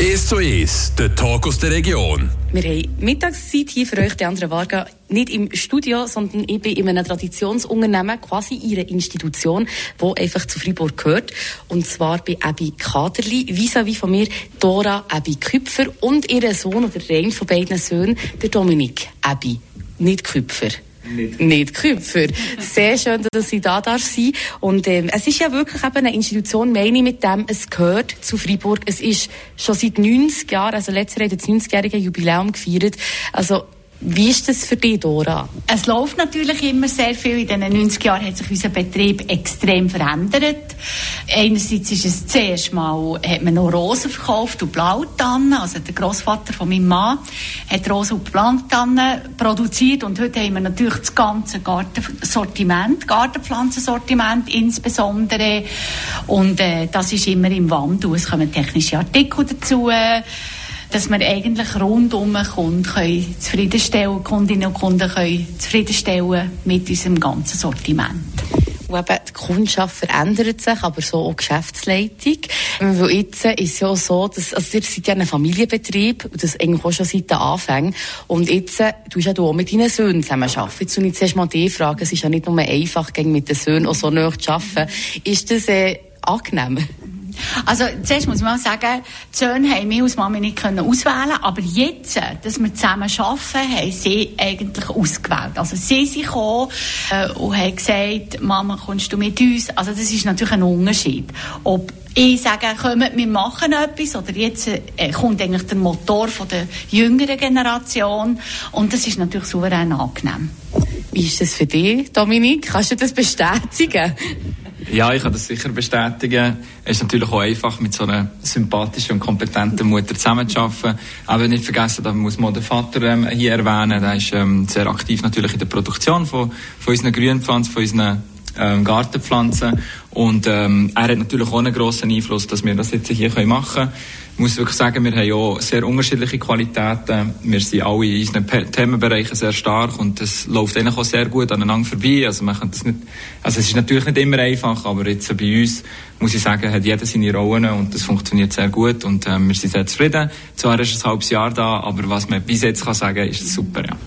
1:1, der Talk aus der Region. Wir haben Mittagszeit hier für euch, die anderen Varga, nicht im Studio, sondern ich bin in einem Traditionsunternehmen, quasi in einer Institution, die einfach zu Freiburg gehört. Und zwar bei Ebi Kaderli, vis-à-vis von mir, Dora Ebi Küpfer und ihr Sohn oder der eine von beiden Söhnen, der Dominik Ebi. Nicht Küpfer. Nicht Küpfer. Sehr schön, dass Sie da sein darf. Und es ist ja wirklich eben eine Institution, meine ich mit dem, es gehört zu Freiburg. Es ist schon seit 90 Jahren, also letztes Jahr hat das 90-jährige Jubiläum gefeiert. Also, wie ist das für dich, Dora? Es läuft natürlich immer sehr viel. In diesen 90 Jahren hat sich unser Betrieb extrem verändert. Einerseits ist es zuerst mal, hat man noch Rosen verkauft und Blautannen. Also der Grossvater von meinem Mann hat Rosen und Blautannen produziert. Und heute haben wir natürlich das ganze Gartensortiment, Gartenpflanzensortiment insbesondere. Und das ist immer im Wandel. Es kommen technische Artikel dazu, dass wir eigentlich rundum Kunden zufriedenstellen, Kundinnen und Kunden können zufriedenstellen mit unserem ganzen Sortiment. Und eben die Kundschaft verändert sich, aber so auch die Geschäftsleitung. Weil jetzt ist es ja so, dass, also ihr seid ja ein Familienbetrieb, und das eigentlich auch schon seit den Anfängen. Und jetzt, du ja auch mit deinen Söhnen zusammenarbeiten. Jetzt soll ich zuerst mal dich fragen, es ist ja nicht nur einfach, mit den Söhnen auch so nahe zu arbeiten. Ist das angenehm? Also, zuerst muss ich mal sagen, die Söhne haben mich als Mami nicht auswählen, aber jetzt, dass wir zusammen arbeiten, haben sie eigentlich ausgewählt. Also, sie sind gekommen und haben gesagt, Mama, kommst du mit uns? Also, das ist natürlich ein Unterschied. Ob ich sage, kommt, wir machen etwas, oder jetzt kommt eigentlich der Motor von der jüngeren Generation, und das ist natürlich souverän angenehm. Wie ist das für dich, Dominik? Kannst du das bestätigen? Ja, ich kann das sicher bestätigen. Es ist natürlich auch einfach, mit so einer sympathischen und kompetenten Mutter zusammenzuarbeiten. Aber nicht vergessen, da muss man den Vater hier erwähnen. Der ist sehr aktiv natürlich in der Produktion von unseren Grünpflanzen, von unseren Gartenpflanzen. Und er hat natürlich auch einen grossen Einfluss, dass wir das jetzt hier machen können. Ich muss wirklich sagen, wir haben ja sehr unterschiedliche Qualitäten. Wir sind alle in unseren Themenbereichen sehr stark, und das läuft eigentlich auch sehr gut aneinander vorbei. Also man kann das nicht, also es ist natürlich nicht immer einfach, aber jetzt bei uns, muss ich sagen, hat jeder seine Rollen, und das funktioniert sehr gut, und wir sind sehr zufrieden. Zwar ist es ein halbes Jahr da, aber was man bis jetzt kann sagen, ist super, ja.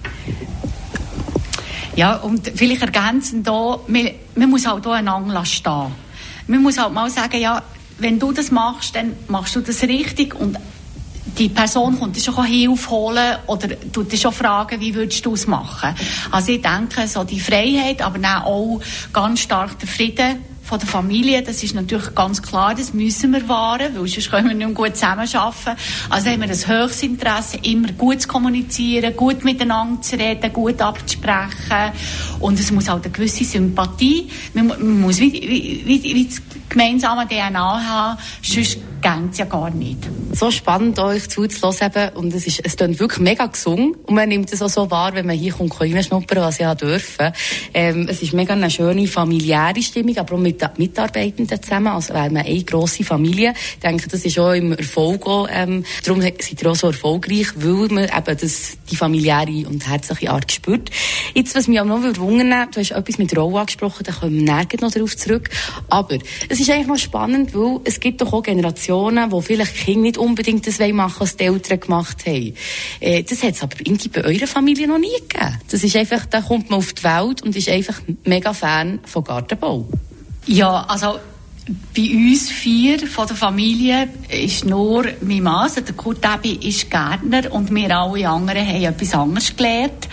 Ja, und vielleicht ergänzend da, man muss halt auch einander stehen. Man muss halt mal sagen, ja, wenn du das machst, dann machst du das richtig, und die Person kommt dir schon Hilfe holen oder tut dir schon fragen, wie würdest du es machen. Also ich denke, so die Freiheit, aber dann auch ganz stark der Frieden von der Familie, das ist natürlich ganz klar, das müssen wir wahren, weil sonst können wir nicht mehr gut zusammenarbeiten. Also haben wir ein höchstes Interesse, immer gut zu kommunizieren, gut miteinander zu reden, gut abzusprechen, und es muss halt eine gewisse Sympathie, man muss wie das gemeinsame DNA haben, sonst geht es ja gar nicht. So spannend, euch zuzuhören, und es klingt wirklich mega gesungen, und man nimmt es auch so wahr, wenn man hier reinschnuppern, was ich dürfen. Es ist mega eine schöne familiäre Stimmung, aber auch mit den Mitarbeitenden zusammen, also weil man eine grosse Familie. Ich denke, das ist auch im Erfolg auch, darum seid ihr auch so erfolgreich, weil man eben die familiäre und herzliche Art spürt. Jetzt, was mich auch noch wundern, du hast etwas mit Rolle angesprochen, da kommen wir näher noch darauf zurück, aber es ist eigentlich noch spannend, weil es gibt doch auch Generationen, wo vielleicht Kinder nicht unbedingt das machen wollen, was die Eltern gemacht haben. Das hat es aber irgendwie bei eurer Familie noch nie gegeben. Das ist einfach, da kommt man auf die Welt und ist einfach mega Fan von Gartenbau. Ja, also bei uns 4 von der Familie ist nur mein Mann, also der Kurt Ebi ist Gärtner, und wir alle anderen haben etwas anderes gelernt.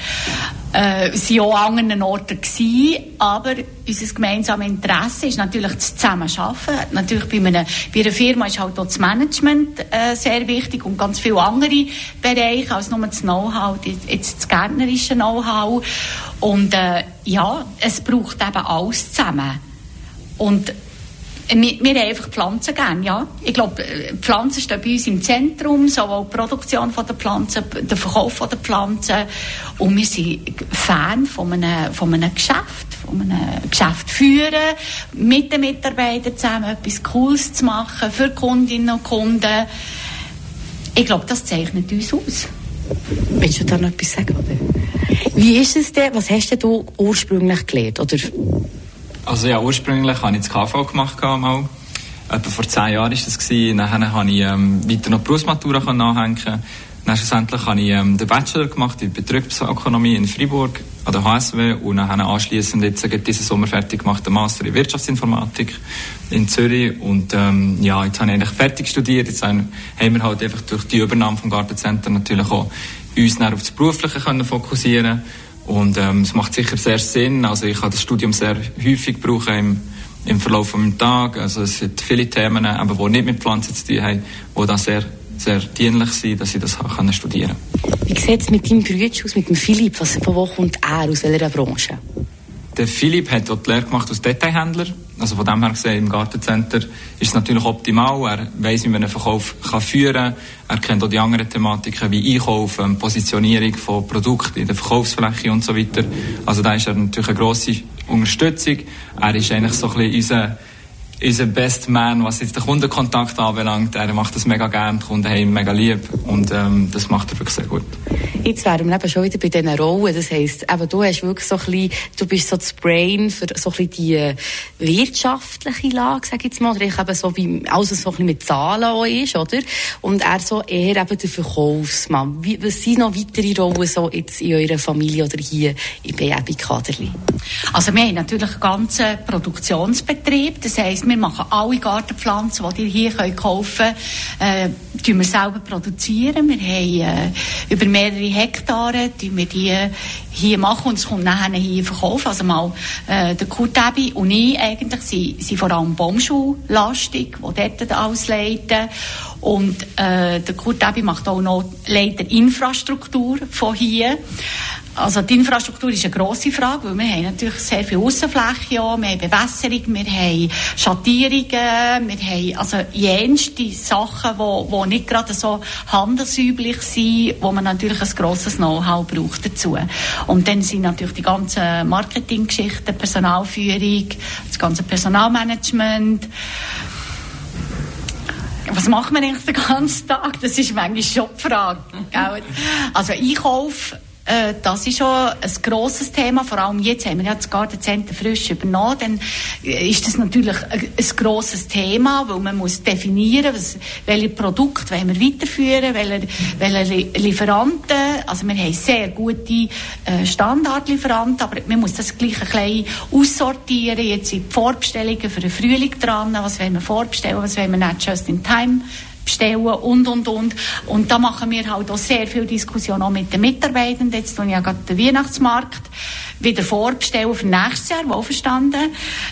Sie waren auch an anderen Orten gewesen, aber unser gemeinsames Interesse ist natürlich das Zusammenarbeiten. Natürlich bei einer Firma ist halt auch das Management sehr wichtig und ganz viele andere Bereiche als nur das Know-how, jetzt das gärtnerische Know-how. Und ja, es braucht eben alles zusammen. Und wir haben einfach Pflanzen gern, ja. Ich glaube, Pflanzen stehen bei uns im Zentrum, sowohl die Produktion von der Pflanzen, der Verkauf von der Pflanzen. Und wir sind Fan von einem Geschäft führen, mit den Mitarbeitern zusammen etwas Cooles zu machen für Kundinnen und Kunden. Ich glaube, das zeichnet uns aus. Willst du da noch etwas sagen, oder? Wie ist es denn, was hast du ursprünglich gelernt, oder? Also ja, ursprünglich habe ich das KV gemacht mal. Etwa vor 10 Jahren war das. Nachher konnte ich weiter noch die Berufsmatura anhängen. Dann schlussendlich habe ich den Bachelor gemacht in Betriebsökonomie in Freiburg an der HSW und dann anschliessend jetzt diesen Sommer fertig gemacht, den Master in Wirtschaftsinformatik in Zürich. Und jetzt habe ich eigentlich fertig studiert. Jetzt haben wir halt einfach durch die Übernahme vom Gartencenter natürlich auch uns auf das Berufliche können fokussieren. Und es macht sicher sehr Sinn. Also ich habe das Studium sehr häufig brauchen im Verlauf des Tages. Also es sind viele Themen, die nicht mit Pflanzen zu tun haben, die da sehr dienlich sind, dass ich das studieren kann. Wie sieht es mit deinem Bruder aus, mit dem Philipp? Von wo kommt er, aus welcher Branche? Der Philipp hat die Lehre gemacht als Detailhändler. Also von dem her gesehen, im Gartencenter ist es natürlich optimal. Er weiss, wie man einen Verkauf führen kann. Er kennt auch die anderen Thematiken wie Einkaufen, Positionierung von Produkten in der Verkaufsfläche und so weiter. Also da ist er natürlich eine grosse Unterstützung. Er ist eigentlich so ein bisschen unser Best Man, was jetzt den Kundenkontakt anbelangt. Er macht das mega gerne, die Kunden haben ihn mega lieb und das macht er wirklich sehr gut. Jetzt wären wir eben schon wieder bei diesen Rollen. Das heisst, eben, du hast wirklich so ein bisschen, du bist so das Brain für so ein bisschen die wirtschaftliche Lage, sag ich jetzt mal, oder ich eben so wie, also so ein bisschen mit Zahlen auch ist, oder? Und er so eher eben der Verkaufsmann. Was sind noch weitere Rollen so jetzt in eurer Familie oder hier bei Abbey Kaderli? Also wir haben natürlich einen ganzen Produktionsbetrieb. Das heisst, wir machen alle Gartenpflanzen, die ihr hier kaufen könnt, tun wir selber produzieren. Wir haben über mehrere Hektare, die wir die hier machen und es kommt nachher hier verkaufen. Also mal der Kurt Abbey und ich eigentlich sind vor allem baumschullastig, die dort alles leiten. Und der Kurt Abbey macht auch noch leider Infrastruktur von hier. Also die Infrastruktur ist eine grosse Frage, weil wir haben natürlich sehr viel Aussenfläche, ja, wir haben Bewässerung, wir haben Schattierungen, wir haben also jenste Sachen, die nicht gerade so handelsüblich sind, wo man natürlich ein grosses Know-how braucht dazu. Und dann sind natürlich die ganzen Marketinggeschichten, Personalführung, das ganze Personalmanagement. Was macht man eigentlich den ganzen Tag? Das ist manchmal schon die Frage. Also Einkauf, das ist schon ein grosses Thema, vor allem jetzt haben wir ja das Gartencenter frisch übernommen, dann ist das natürlich ein grosses Thema, weil man muss definieren, welche Produkte wollen wir weiterführen, welche Lieferanten, also wir haben sehr gute Standardlieferanten, aber man muss das gleich ein bisschen aussortieren, jetzt sind die Vorbestellungen für den Frühling dran, was wollen wir vorbestellen, was wollen wir nicht just in time bestellen und. Und da machen wir halt auch sehr viel Diskussion auch mit den Mitarbeitenden. Jetzt tun ich ja gerade den Weihnachtsmarkt wieder vorbestellen für nächstes Jahr, wohlverstanden.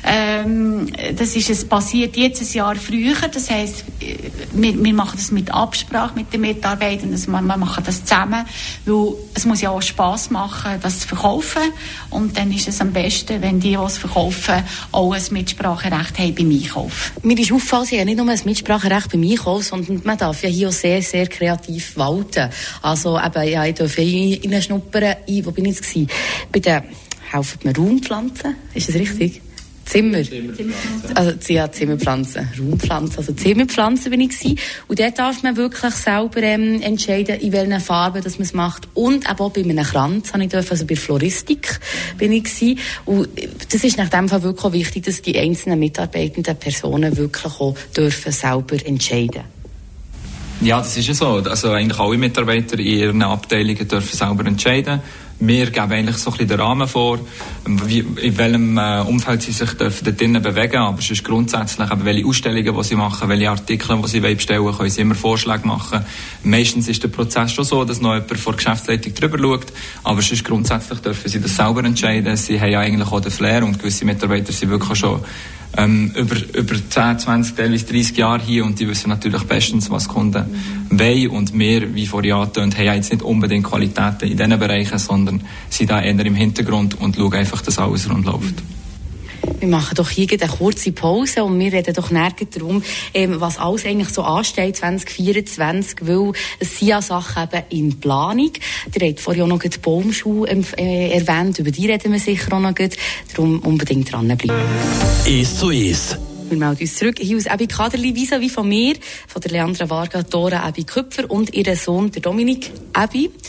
Es passiert jetzt ein Jahr früher. Das heisst, wir machen das mit Absprache mit den Mitarbeitern. Wir machen das zusammen, weil es muss ja auch Spass machen, das zu verkaufen. Und dann ist es am besten, wenn die es verkaufen, auch ein Mitspracherecht haben beim Einkauf. Mir ist aufgefallen, sie haben nicht nur ein Mitspracherecht beim Einkauf, sondern man darf ja hier auch sehr, sehr kreativ walten. Also eben, ja, ich darf reinschnuppern. Wo bin ich jetzt gewesen? Bei den helfen mir Raumpflanzen, ist das richtig? Zimmerpflanzen. Also, ja, Zimmerpflanzen. Raumpflanzen. Also, Zimmerpflanzen bin ich gewesen. Und dort darf man wirklich selber entscheiden, in welchen Farben das man es macht. Und eben auch bei einem Kranz habe ich dürfen, also bei Floristik bin ich gewesen. Und das ist nach dem Fall wirklich auch wichtig, dass die einzelnen mitarbeitenden Personen wirklich auch dürfen selber entscheiden. Ja, das ist ja so. Also eigentlich alle Mitarbeiter in ihren Abteilungen dürfen selber entscheiden. Wir geben eigentlich so ein bisschen den Rahmen vor, in welchem Umfeld sie sich dort drinnen bewegen. Aber sonst grundsätzlich, welche Ausstellungen die sie machen, welche Artikel die sie bestellen wollen, können sie immer Vorschläge machen. Meistens ist der Prozess schon so, dass noch jemand von der Geschäftsleitung drüber schaut. Aber sonst grundsätzlich dürfen sie das selber entscheiden. Sie haben ja eigentlich auch den Flair und gewisse Mitarbeiter sind wirklich schon über 10, 20, teilweise 30 Jahre hier und die wissen natürlich bestens, was Kunden wollen und wir, wie vorhin angetönt, haben ja jetzt nicht unbedingt Qualitäten in diesen Bereichen, sondern sind da eher im Hintergrund und schauen einfach, dass alles rund läuft. Wir machen doch hier eine kurze Pause und wir reden doch näher darum, was alles eigentlich so ansteht 2024, weil es sind ja Sachen eben in Planung. Ihr habt vorhin auch noch die Baumschule erwähnt, über die reden wir sicher auch noch gut. Darum unbedingt dranbleiben. 1:1. Wir melden uns zurück hier aus Abbey Kaderli, vis-à-vis von mir, von der Leandra Varga, Dora Abbey Küpfer und ihrem Sohn, der Dominik Abbey.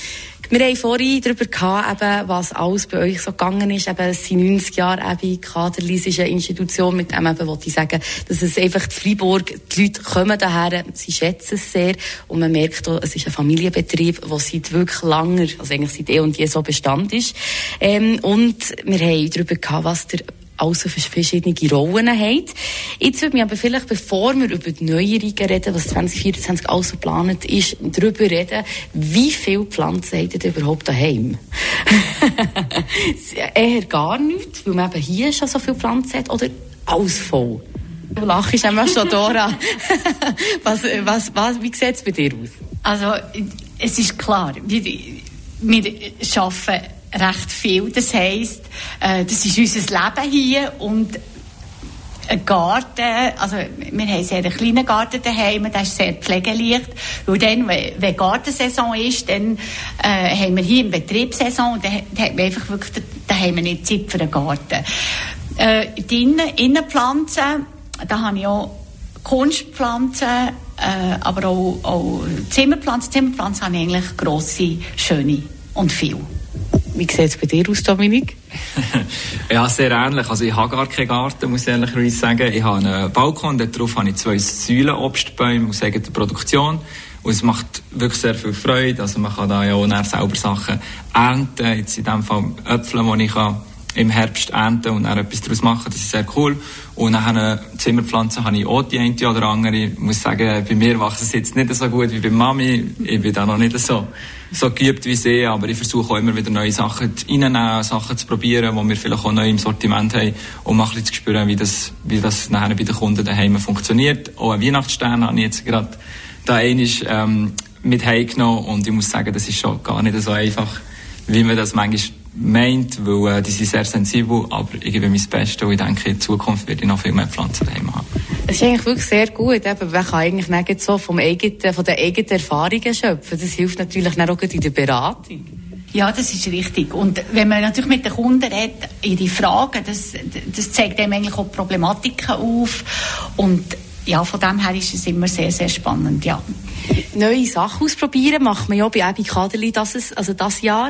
Wir haben vorhin darüber gehabt, eben, was alles bei euch so gegangen ist. Eben, es sind 90 Jahre Kaderli, ist eine Institution, mit dem eben wollte ich sagen, dass es einfach in Freiburg, die Leute kommen daher, sie schätzen es sehr und man merkt auch, es ist ein Familienbetrieb, der seit wirklich langer, also eigentlich seit und je so Bestand ist. Und wir haben darüber gehabt, was der also für verschiedene Rollen haben. Jetzt würde mich aber vielleicht, bevor wir über die Neuerungen reden, was 2024 alles geplant ist, darüber reden, wie viele Pflanzen habt ihr überhaupt daheim? Eher gar nichts, weil man eben hier schon so viele Pflanzen hat, oder alles voll? Du lachst immer schon, Dora. Wie sieht es bei dir aus? Also, es ist klar, wir arbeiten recht viel. Das heisst, das ist unser Leben hier und ein Garten, also wir haben sehr einen kleinen Garten daheim, der ist sehr pflegeleicht, weil dann, wenn Gartensaison ist, dann haben wir hier im Betriebssaison und dann haben wir einfach wirklich, da haben wir nicht Zeit für einen Garten. Die Innenpflanzen, da habe ich auch Kunstpflanzen, aber auch Zimmerpflanzen. Zimmerpflanzen habe ich eigentlich grosse, schöne und viel. Wie sieht es bei dir aus, Dominik? Ja, sehr ähnlich. Also ich habe gar keinen Garten, muss ich ehrlicherweise sagen. Ich habe einen Balkon, darauf habe ich 2 Säulenobstbäume aus eigener Produktion. Und es macht wirklich sehr viel Freude. Also man kann da ja auch selber Sachen ernten. Jetzt in dem Fall Äpfel, die ich im Herbst ernten und dann etwas daraus machen. Das ist sehr cool. Und nach Zimmerpflanzen habe ich auch die eine oder andere. Ich muss sagen, bei mir wachsen sie jetzt nicht so gut wie bei Mami. Ich bin da noch nicht so geübt wie sie, aber ich versuche auch immer wieder neue Sachen reinzunehmen, Sachen zu probieren, die wir vielleicht auch neu im Sortiment haben, um mal ein bisschen zu spüren, wie das nachher bei den Kunden daheim funktioniert. Auch einen Weihnachtsstern habe ich jetzt gerade da einmal mit heimgenommen und ich muss sagen, das ist schon gar nicht so einfach, wie man das manchmal meint, weil die sind sehr sensibel, aber ich gebe mein Bestes und ich denke, in Zukunft werde ich noch viel mehr Pflanzen daheim haben. Das ist eigentlich wirklich sehr gut. Eben, man kann eigentlich nicht so von den eigenen Erfahrungen schöpfen. Das hilft natürlich auch in der Beratung. Ja, das ist richtig. Und wenn man natürlich mit den Kunden redet, ihre Fragen, das zeigt einem eigentlich auch Problematiken auf. Und ja, von dem her ist es immer sehr, sehr spannend, ja. Neue Sachen ausprobieren macht man ja bei Ebi Kaderli das Jahr.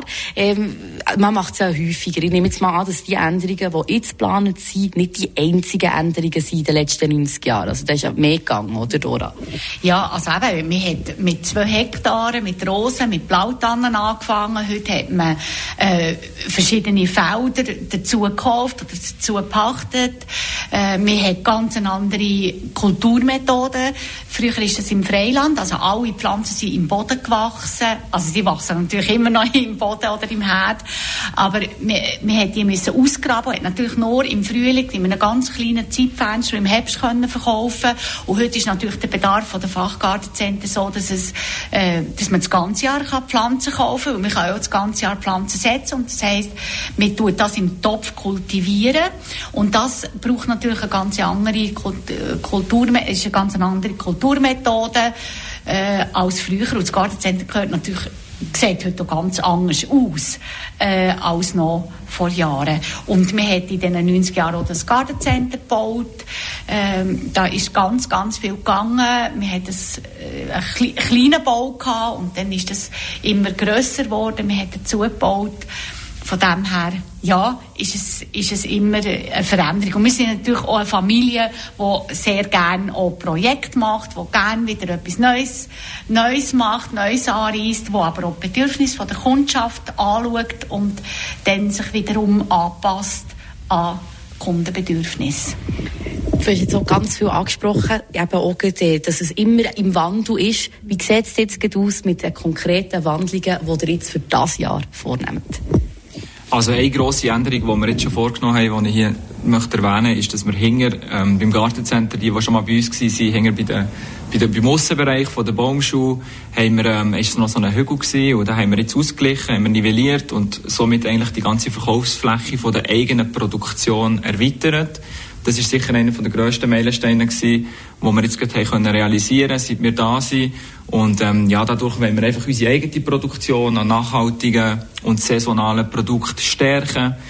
Man macht es ja häufiger. Ich nehme jetzt mal an, dass die Änderungen, die jetzt geplant sind, nicht die einzigen Änderungen sind in den letzten 90 Jahren. Also da ist ja mehr gegangen, oder Dora? Ja, also eben, man hat mit 2 Hektaren, mit Rosen, mit Blautannen angefangen. Heute hat man verschiedene Felder dazu gekauft oder dazu gepachtet. Man hat ganz eine andere Kulturmethode. Früher ist das im Freiland, also alle Pflanzen sind im Boden gewachsen. Also sie wachsen natürlich immer noch im Boden oder im Herd. Aber wir hat die müssen ausgraben, hat natürlich nur im Frühling in einem ganz kleinen Zeitfenster im Herbst können verkaufen. Und heute ist natürlich der Bedarf der Fachgartenzentren so, dass man das ganze Jahr Pflanzen kaufen kann. Und man kann auch das ganze Jahr Pflanzen setzen. Und das heisst, man tut das im Topf kultivieren. Und das braucht natürlich eine ganz andere Kulturmethode als früher. Und das Gartencenter sieht heute ganz anders aus als noch vor Jahren. Und man hat in den 90 Jahren auch das Gartencenter gebaut. Da ist ganz, ganz viel gegangen. Wir hatten einen kleinen Bau gehabt und dann ist das immer grösser geworden. Wir haben dazu gebaut. Von dem her, ja, ist es immer eine Veränderung. Und wir sind natürlich auch eine Familie, die sehr gerne auch Projekte macht, die gerne wieder etwas Neues macht, Neues anreisst, die aber auch die Bedürfnisse der Kundschaft anschaut und dann sich wiederum anpasst an Kundenbedürfnisse. Du hast jetzt auch ganz viel angesprochen, eben auch, dass es immer im Wandel ist. Wie sieht es jetzt aus mit den konkreten Wandlungen, die ihr jetzt für dieses Jahr vornehmt? Also eine grosse Änderung, die wir jetzt schon vorgenommen haben, die ich hier möchte erwähnen, ist, dass wir beim Gartencenter, die schon mal bei uns waren, beim Aussenbereich von der Baumschule, ist noch so ein Hügel gewesen, und da haben wir jetzt ausgeglichen, haben wir nivelliert und somit eigentlich die ganze Verkaufsfläche von der eigenen Produktion erweitert. Das ist sicher einer der grössten Meilensteine gewesen, wo wir jetzt gerade realisieren können, seit wir da sind. Und dadurch wollen wir einfach unsere eigene Produktion an nachhaltigen und saisonalen Produkten stärken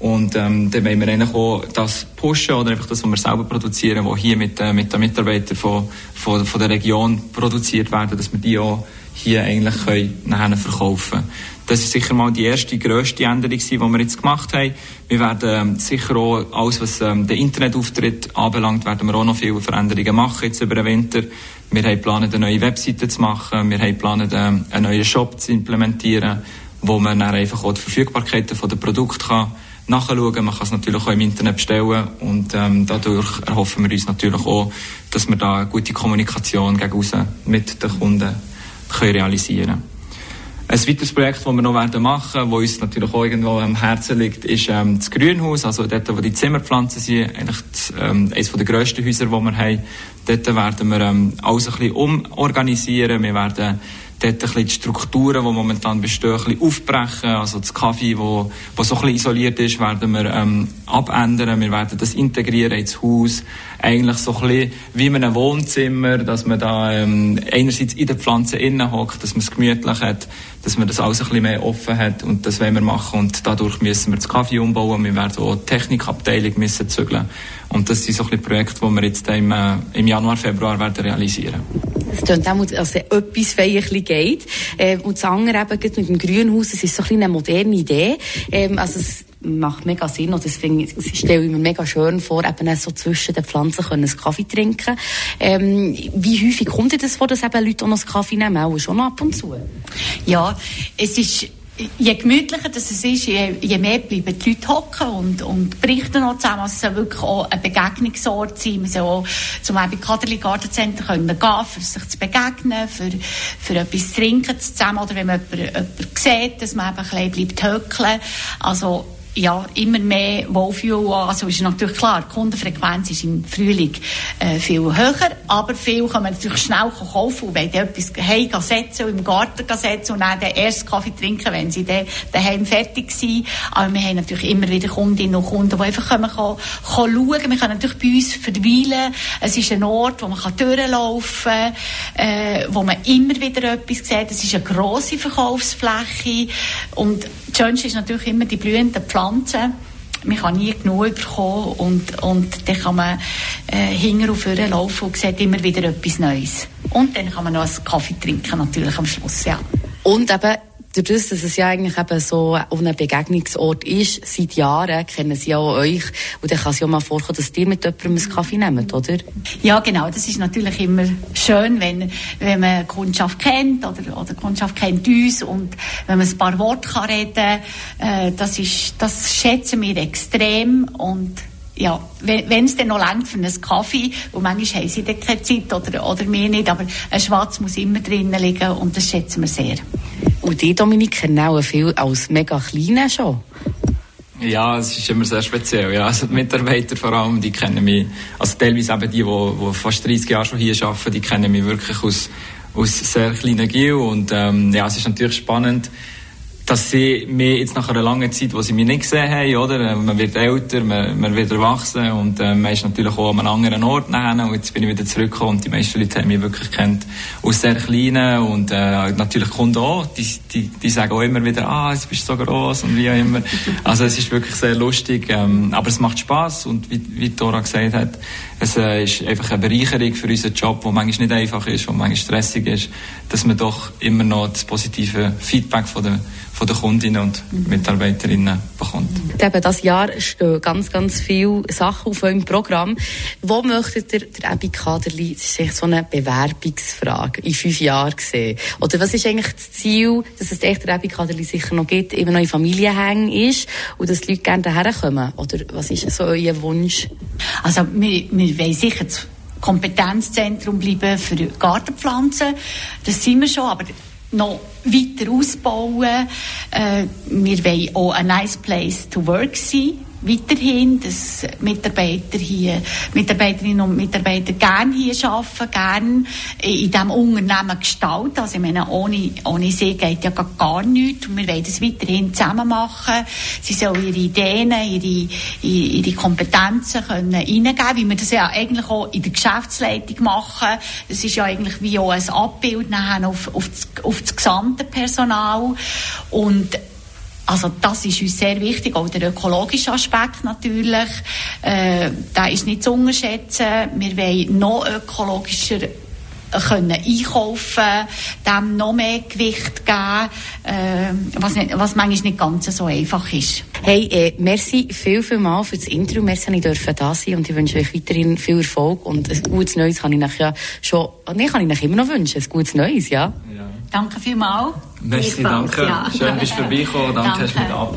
Und dann wollen wir eigentlich auch das pushen oder einfach das, was wir selber produzieren, was hier mit den Mitarbeitern von der Region produziert werden, dass wir die auch hier eigentlich nachher verkaufen können. Das ist sicher mal die erste, grösste Änderung, die wir jetzt gemacht haben. Wir werden sicher auch alles, was den Internetauftritt anbelangt, werden wir auch noch viele Veränderungen machen jetzt über den Winter. Wir haben geplant, eine neue Webseite zu machen. Wir haben geplant, einen neuen Shop zu implementieren, wo man dann einfach auch die Verfügbarkeiten der Produkte nachschauen kann. Man kann es natürlich auch im Internet bestellen und dadurch erhoffen wir uns natürlich auch, dass wir da eine gute Kommunikation gegen raus mit den Kunden können realisieren können. Ein weiteres Projekt, das wir noch machen werden, das uns natürlich auch irgendwo am Herzen liegt, ist das Grünhaus, also dort, wo die Zimmerpflanzen sind, eigentlich eines der grössten Häuser, die wir haben. Dort werden wir alles ein bisschen umorganisieren. Wir werden dort ein bisschen die Strukturen, die momentan bestehen, ein bisschen aufbrechen. Also das Kaffee, wo so ein bisschen isoliert ist, werden wir abändern. Wir werden das integrieren ins Haus. Eigentlich so ein bisschen wie in einem Wohnzimmer, dass man da einerseits in den Pflanzen innen hockt, dass man es gemütlich hat, dass man das alles ein bisschen mehr offen hat, und das wollen wir machen. Und dadurch müssen wir das Kaffee umbauen. Wir werden auch die Technikabteilung müssen zügeln. Und das sind so ein bisschen Projekte, die wir jetzt im Januar, Februar werden realisieren. Es klingt auch, als etwas feierlich geht. Und das andere eben mit dem Grünhaus, es ist so ein bisschen eine moderne Idee. Also es macht mega Sinn, und deswegen stelle ich mir mega schön vor, eben so zwischen den Pflanzen einen Kaffee trinken. Wie häufig kommt das vor, dass eben Leute auch noch einen Kaffee nehmen? Auch schon ab und zu? Ja, es ist... Je gemütlicher das es ist, je mehr bleiben die Leute hocken und berichten noch zusammen. Es soll wirklich auch ein Begegnungsort sein. Man soll auch zum Beispiel Kaderli Gartencenter gehen, für sich zu begegnen, für etwas zu trinken zusammen, oder wenn man jemanden sieht, dass man eben ein bisschen bleibt hockeln. Also ja, immer mehr Wohlfühl. Also ist natürlich klar, die Kundenfrequenz ist im Frühling viel höher, aber viel kann man natürlich schnell kaufen und wollen etwas heim setzen und im Garten setzen und dann den ersten Kaffee trinken, wenn sie dann daheim fertig sind. Aber wir haben natürlich immer wieder Kundinnen und Kunden, die einfach schauen können. Wir können natürlich bei uns verweilen. Es ist ein Ort, wo man durchlaufen kann, wo man immer wieder etwas sieht. Es ist eine grosse Verkaufsfläche und das Schönste ist natürlich immer die blühenden Pflanzen. Man kann nie genug bekommen und dann kann man hinten und vorne laufen und sieht immer wieder etwas Neues. Und dann kann man noch einen Kaffee trinken, natürlich am Schluss, ja. Und eben, dadurch, dass es ja eigentlich eben so ein Begegnungsort ist, seit Jahren kennen sie ja auch euch, und dann kann es ja mal vorkommen, dass ihr mit jemandem einen Kaffee nehmt, oder? Ja, genau, das ist natürlich immer schön, wenn man die Kundschaft kennt, oder die Kundschaft kennt uns, und wenn man ein paar Worte reden kann, das schätzen wir extrem. Und ja, wenn es dann noch langt für einen Kaffee, und manchmal haben sie dann keine Zeit oder wir nicht, aber ein Schwarz muss immer drinnen liegen, und das schätzen wir sehr. Und die, Dominik, kennen auch viel als mega Kleine schon? Ja, es ist immer sehr speziell. Ja. Also die Mitarbeiter vor allem, die kennen mich, also teilweise eben die fast 30 Jahre schon hier arbeiten, die kennen mich wirklich aus sehr kleinen Gil. Und ja, es ist natürlich spannend, dass sie mich jetzt nach einer langen Zeit, wo sie mich nicht gesehen haben, oder? Man wird älter, man wird erwachsen, und man ist natürlich auch an einem anderen Ort nachher, und jetzt bin ich wieder zurückgekommen, und die meisten Leute haben mich wirklich kennt aus sehr kleinen, und natürlich Kunden auch, die sagen auch immer wieder, jetzt bist du so gross und wie auch immer. Also es ist wirklich sehr lustig, aber es macht Spass, und wie Dora gesagt hat, es ist einfach eine Bereicherung für unseren Job, der manchmal nicht einfach ist, der manchmal stressig ist, dass man doch immer noch das positive Feedback von den Kundinnen und Mitarbeiterinnen bekommt. Eben, das Jahr stehen ganz, ganz viele Sachen auf eurem Programm. Wo möchtet ihr der Ebi Kaderli, das ist echt so eine Bewerbungsfrage, in 5 Jahren sehen? Oder was ist eigentlich das Ziel, dass es echt der Ebi Kaderli sicher noch gibt, immer noch in Familienhängen ist und dass die Leute gerne daher kommen? Oder was ist so euer Wunsch? Also wir wollen sicher das Kompetenzzentrum bleiben für Gartenpflanzen. Das sind wir schon, aber noch weiter ausbauen. Wir wollen auch ein nice place to work sein. Weiterhin, dass Mitarbeiterinnen und Mitarbeiter gerne hier arbeiten, gerne in diesem Unternehmen gestalten. Also ich meine, ohne sie geht ja gar nichts. Und wir wollen das weiterhin zusammen machen. Sie sollen ihre Ideen, ihre Kompetenzen können reingeben, wie wir das ja eigentlich auch in der Geschäftsleitung machen. Das ist ja eigentlich wie auch ein Abbild nachher auf das gesamte Personal. Und Also das ist uns sehr wichtig, auch der ökologische Aspekt natürlich. Der ist nicht zu unterschätzen. Wir wollen noch ökologischer können einkaufen, dem noch mehr Gewicht geben, was manchmal nicht ganz so einfach ist. Hey, merci vielmals für das Interview. Merci, dass ich da sein und ich wünsche euch weiterhin viel Erfolg und ein gutes Neues kann ich euch ja schon, kann ich euch immer noch wünschen, ein gutes Neues, ja? Danke vielmals. Merci, danke. Ja. Schön, bist du vorbeigekommen. Danke, hast du mich